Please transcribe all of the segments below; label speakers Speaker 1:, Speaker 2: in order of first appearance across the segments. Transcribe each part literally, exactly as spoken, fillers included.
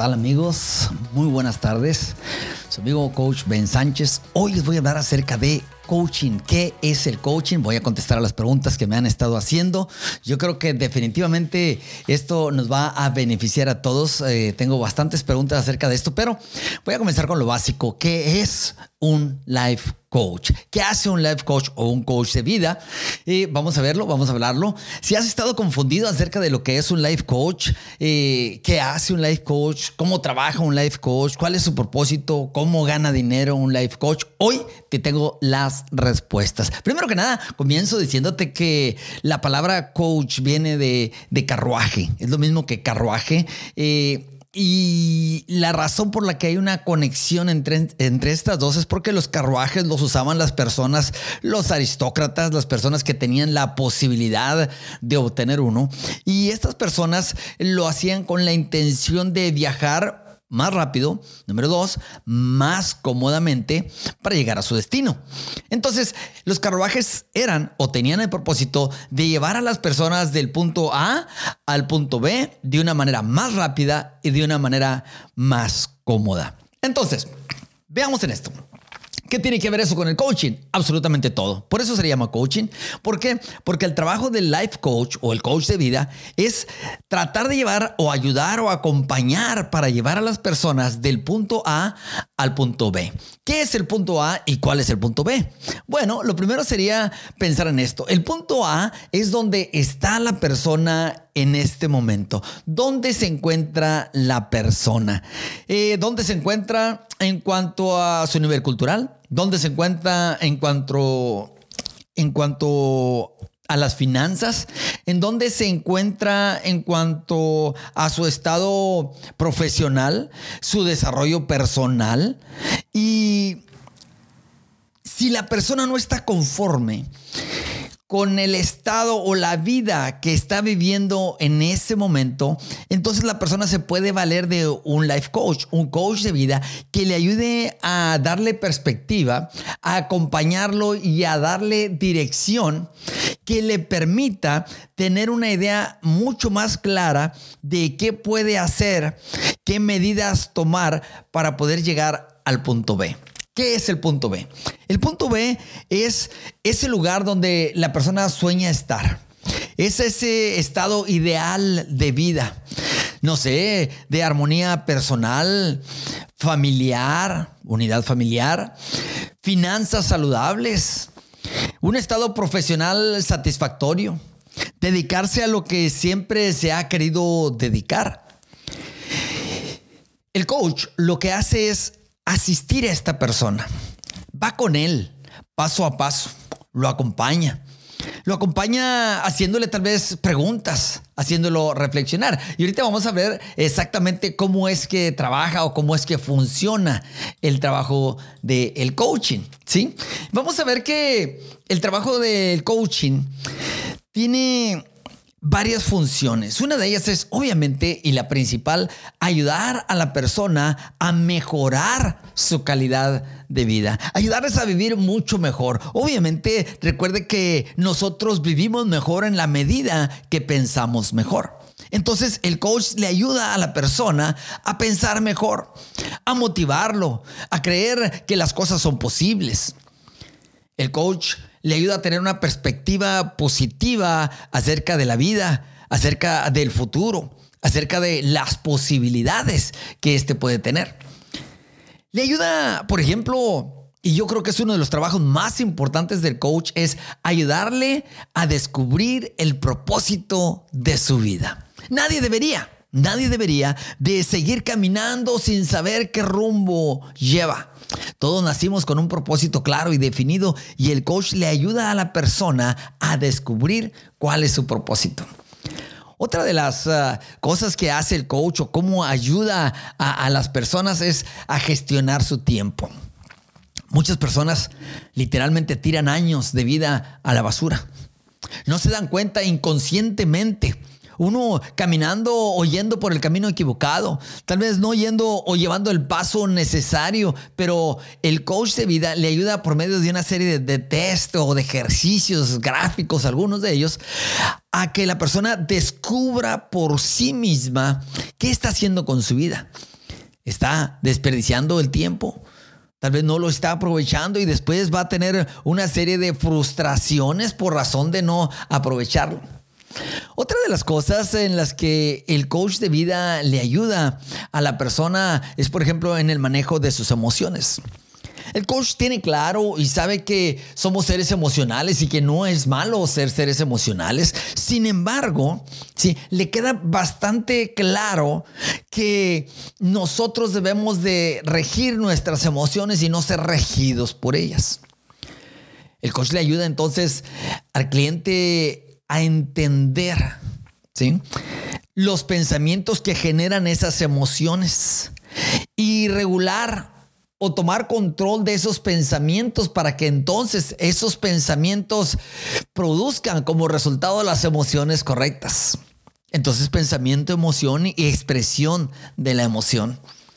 Speaker 1: tal, amigos? Muy buenas tardes. Su amigo Coach Ben Sánchez. Hoy les voy a hablar acerca de coaching. ¿Qué es el coaching? Voy a contestar a las preguntas que me han estado haciendo. Yo creo que definitivamente esto nos va a beneficiar a todos. Eh, tengo bastantes preguntas acerca de esto, pero voy a comenzar con lo básico. ¿Qué es un life coach? ¿Qué hace un life coach o un coach de vida? Eh, vamos a verlo, vamos a hablarlo. Si has estado confundido acerca de lo que es un life coach, eh, ¿qué hace un life coach? ¿Cómo trabaja un life coach? ¿Cuál es su propósito? ¿Cómo gana dinero un life coach? Hoy te tengo las respuestas. Primero que nada, comienzo diciéndote que la palabra coach viene de, de carruaje. Es lo mismo que carruaje. Eh, Y la razón por la que hay una conexión entre, entre estas dos es porque los carruajes los usaban las personas, los aristócratas, las personas que tenían la posibilidad de obtener uno. Y estas personas lo hacían con la intención de viajar más rápido, número dos, más cómodamente para llegar a su destino. Entonces, los carruajes eran o tenían el propósito de llevar a las personas del punto A al punto B de una manera más rápida y de una manera más cómoda. Entonces, veamos en esto. ¿Qué tiene que ver eso con el coaching? Absolutamente todo. Por eso se le llama coaching. ¿Por qué? Porque el trabajo del life coach o el coach de vida es tratar de llevar o ayudar o acompañar para llevar a las personas del punto A al punto B. ¿Qué es el punto A y cuál es el punto B? Bueno, lo primero sería pensar en esto. El punto A es donde está la persona en este momento. ¿Dónde se encuentra la persona? Eh, ¿Dónde se encuentra en cuanto a su nivel cultural? ¿Dónde se encuentra en cuanto, en cuanto a las finanzas? ¿En dónde se encuentra en cuanto a su estado profesional, su desarrollo personal? Y si la persona no está conforme con el estado o la vida que está viviendo en ese momento, entonces la persona se puede valer de un life coach, un coach de vida que le ayude a darle perspectiva, a acompañarlo y a darle dirección que le permita tener una idea mucho más clara de qué puede hacer, qué medidas tomar para poder llegar al punto B. ¿Qué es el punto B? El punto B es ese lugar donde la persona sueña estar. Es ese estado ideal de vida. No sé, de armonía personal, familiar, unidad familiar, finanzas saludables, un estado profesional satisfactorio, dedicarse a lo que siempre se ha querido dedicar. El coach lo que hace es asistir a esta persona. Va con él paso a paso, lo acompaña. Lo acompaña haciéndole tal vez preguntas, haciéndolo reflexionar. Y ahorita vamos a ver exactamente cómo es que trabaja o cómo es que funciona el trabajo del coaching, ¿sí? Vamos a ver que el trabajo del coaching tiene varias funciones. Una de ellas es, obviamente, y la principal, ayudar a la persona a mejorar su calidad de vida, ayudarles a vivir mucho mejor. Obviamente, recuerde que nosotros vivimos mejor en la medida que pensamos mejor. Entonces, el coach le ayuda a la persona a pensar mejor, a motivarlo, a creer que las cosas son posibles. El coach le ayuda a tener una perspectiva positiva acerca de la vida, acerca del futuro, acerca de las posibilidades que éste puede tener. Le ayuda, por ejemplo, y yo creo que es uno de los trabajos más importantes del coach, es ayudarle a descubrir el propósito de su vida. Nadie debería, nadie debería de seguir caminando sin saber qué rumbo lleva. Todos nacimos con un propósito claro y definido y el coach le ayuda a la persona a descubrir cuál es su propósito. Otra de las uh, cosas que hace el coach o cómo ayuda a, a las personas es a gestionar su tiempo. Muchas personas literalmente tiran años de vida a la basura. No se dan cuenta inconscientemente. Uno caminando o yendo por el camino equivocado, tal vez no yendo o llevando el paso necesario, pero el coach de vida le ayuda por medio de una serie de, de test o de ejercicios gráficos, algunos de ellos, a que la persona descubra por sí misma qué está haciendo con su vida. está desperdiciando el tiempo. Tal vez no lo está aprovechando y después va a tener una serie de frustraciones por razón de no aprovecharlo. Otra de las cosas en las que el coach de vida le ayuda a la persona es, por ejemplo, en el manejo de sus emociones. El coach tiene claro y sabe que somos seres emocionales y que no es malo ser seres emocionales. Sin embargo, sí, le queda bastante claro que nosotros debemos de regir nuestras emociones y no ser regidos por ellas. El coach le ayuda entonces al cliente a entender, ¿sí?, los pensamientos que generan esas emociones y regular o tomar control de esos pensamientos para que entonces esos pensamientos produzcan como resultado las emociones correctas. Entonces, pensamiento, emoción y expresión de la emoción.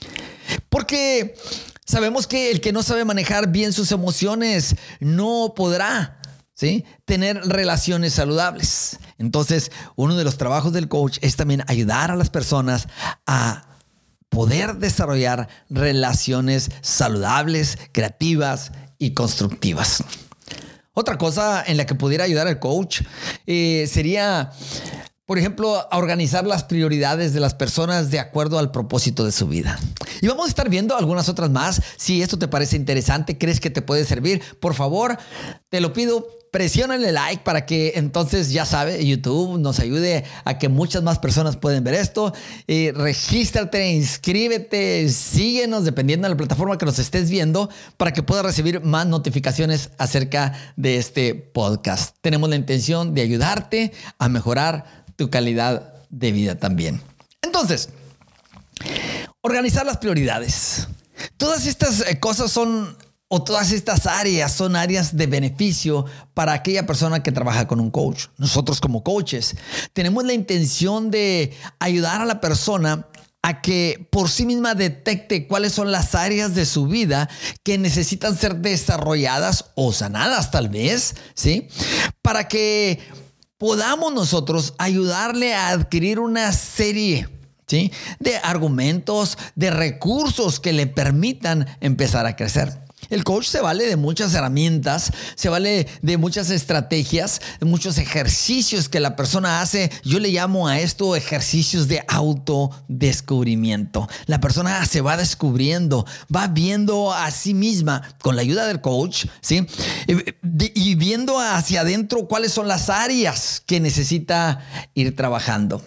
Speaker 1: Porque sabemos que el que no sabe manejar bien sus emociones no podrá, ¿sí?, tener relaciones saludables. Entonces, uno de los trabajos del coach es también ayudar a las personas a poder desarrollar relaciones saludables, creativas y constructivas. Otra cosa en la que pudiera ayudar el coach eh, sería, por ejemplo, a organizar las prioridades de las personas de acuerdo al propósito de su vida. Y vamos a estar viendo algunas otras más. Si esto te parece interesante, crees que te puede servir, por favor, te lo pido, presiónale like para que entonces, ya sabe, YouTube nos ayude a que muchas más personas puedan ver esto. Eh, regístrate, inscríbete, síguenos dependiendo de la plataforma que nos estés viendo para que puedas recibir más notificaciones acerca de este podcast. Tenemos la intención de ayudarte a mejorar tu calidad de vida también. Entonces, organizar las prioridades. Todas estas cosas son, o todas estas áreas son áreas de beneficio para aquella persona que trabaja con un coach. Nosotros como coaches tenemos la intención de ayudar a la persona a que por sí misma detecte cuáles son las áreas de su vida que necesitan ser desarrolladas o sanadas tal vez, ¿sí?, para que podamos nosotros ayudarle a adquirir una serie, ¿sí?, de argumentos, de recursos que le permitan empezar a crecer. El coach se vale de muchas herramientas, se vale de muchas estrategias, de muchos ejercicios que la persona hace. Yo le llamo a esto ejercicios de autodescubrimiento. La persona se va descubriendo, va viendo a sí misma con la ayuda del coach, ¿sí?, y viendo hacia adentro cuáles son las áreas que necesita ir trabajando.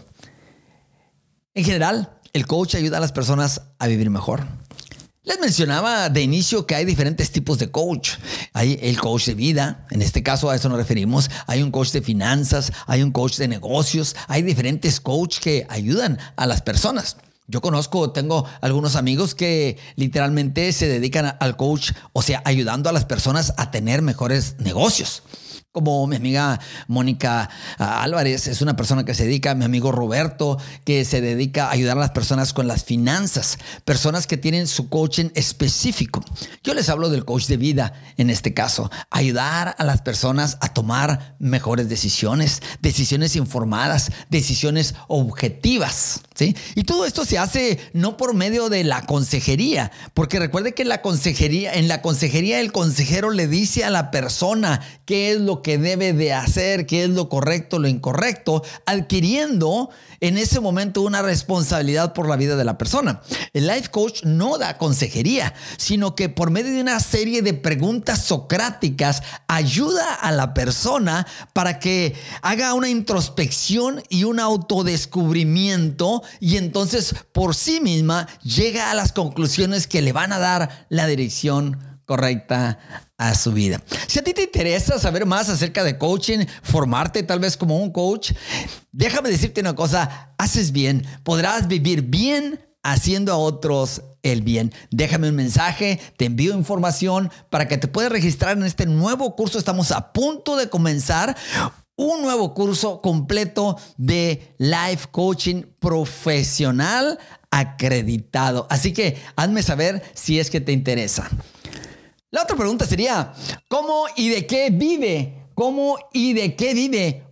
Speaker 1: En general, el coach ayuda a las personas a vivir mejor. Les mencionaba de inicio que hay diferentes tipos de coach. Hay el coach de vida, en este caso a eso nos referimos. Hay un coach de finanzas, hay un coach de negocios. Hay diferentes coaches que ayudan a las personas. Yo conozco, tengo algunos amigos que literalmente se dedican al coach, o sea, ayudando a las personas a tener mejores negocios. Como mi amiga Mónica Álvarez es una persona que se dedica, mi amigo Roberto, que se dedica a ayudar a las personas con las finanzas, personas que tienen su coaching específico. Yo les hablo del coach de vida en este caso, ayudar a las personas a tomar mejores decisiones, decisiones informadas, decisiones objetivas, ¿sí? Y todo esto se hace no por medio de la consejería, porque recuerde que la consejería, en la consejería el consejero le dice a la persona qué es lo que que debe de hacer, qué es lo correcto, lo incorrecto, adquiriendo en ese momento una responsabilidad por la vida de la persona. El life coach no da consejería, sino que por medio de una serie de preguntas socráticas ayuda a la persona para que haga una introspección y un autodescubrimiento y entonces por sí misma llega a las conclusiones que le van a dar la dirección correcta a su vida. Si a ti te interesa saber más acerca de coaching, formarte tal vez como un coach, déjame decirte una cosa, haces bien, podrás vivir bien haciendo a otros el bien. Déjame un mensaje, te envío información para que te puedas registrar en este nuevo curso. Estamos a punto de comenzar un nuevo curso completo de life coaching profesional acreditado. Así que hazme saber si es que te interesa. La otra pregunta sería, ¿cómo y de qué vive? ¿Cómo y de qué vive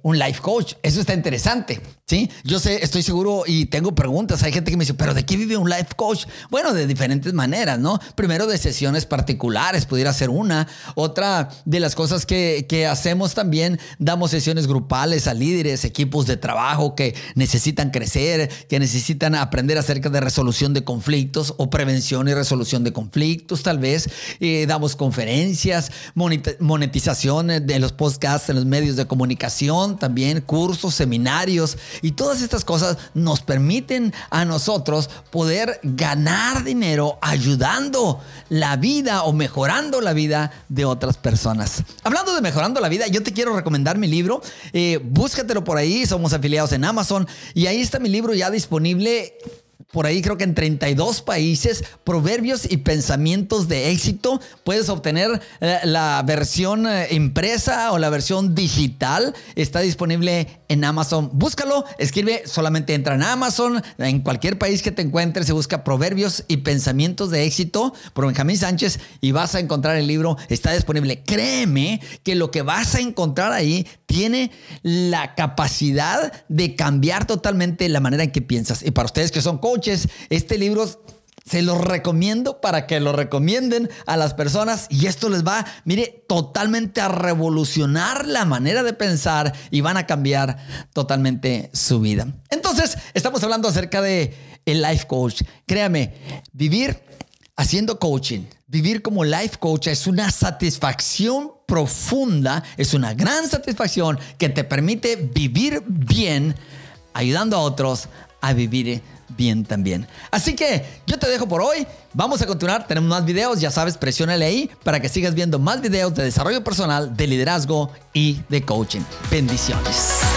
Speaker 1: un life coach. Eso está interesante, ¿sí? Yo sé, estoy seguro y tengo preguntas. Hay gente que me dice, ¿pero de qué vive un life coach? Bueno, de diferentes maneras, ¿no? Primero de sesiones particulares, pudiera ser una. Otra de las cosas que, que hacemos también, damos sesiones grupales a líderes, equipos de trabajo que necesitan crecer, que necesitan aprender acerca de resolución de conflictos o prevención y resolución de conflictos, tal vez. Eh, damos conferencias, monetización de los podcasts en los medios de comunicación, también cursos, seminarios, y todas estas cosas nos permiten a nosotros poder ganar dinero ayudando la vida o mejorando la vida de otras personas. Hablando de mejorando la vida, yo te quiero recomendar mi libro. Eh, búscatelo por ahí, somos afiliados en Amazon y ahí está mi libro ya disponible. Por ahí creo que en treinta y dos países, Proverbios y Pensamientos de Éxito. Puedes obtener eh, la versión eh, impresa o la versión digital. Está disponible en Amazon. Búscalo, escribe, solamente entra en Amazon, en cualquier país que te encuentres, se busca Proverbios y Pensamientos de Éxito por Benjamín Sánchez y vas a encontrar el libro. Está disponible. Créeme que lo que vas a encontrar ahí tiene la capacidad de cambiar totalmente la manera en que piensas. Y para ustedes que son coaches, este libro se los recomiendo para que lo recomienden a las personas y esto les va, mire, totalmente a revolucionar la manera de pensar y van a cambiar totalmente su vida. Entonces, estamos hablando acerca de el life coach. Créame, vivir haciendo coaching, vivir como life coach es una satisfacción profunda, es una gran satisfacción que te permite vivir bien, ayudando a otros a vivir bien también. Así que yo te dejo por hoy. Vamos a continuar. Tenemos más videos. Ya sabes, presiónale ahí para que sigas viendo más videos de desarrollo personal, de liderazgo y de coaching. Bendiciones.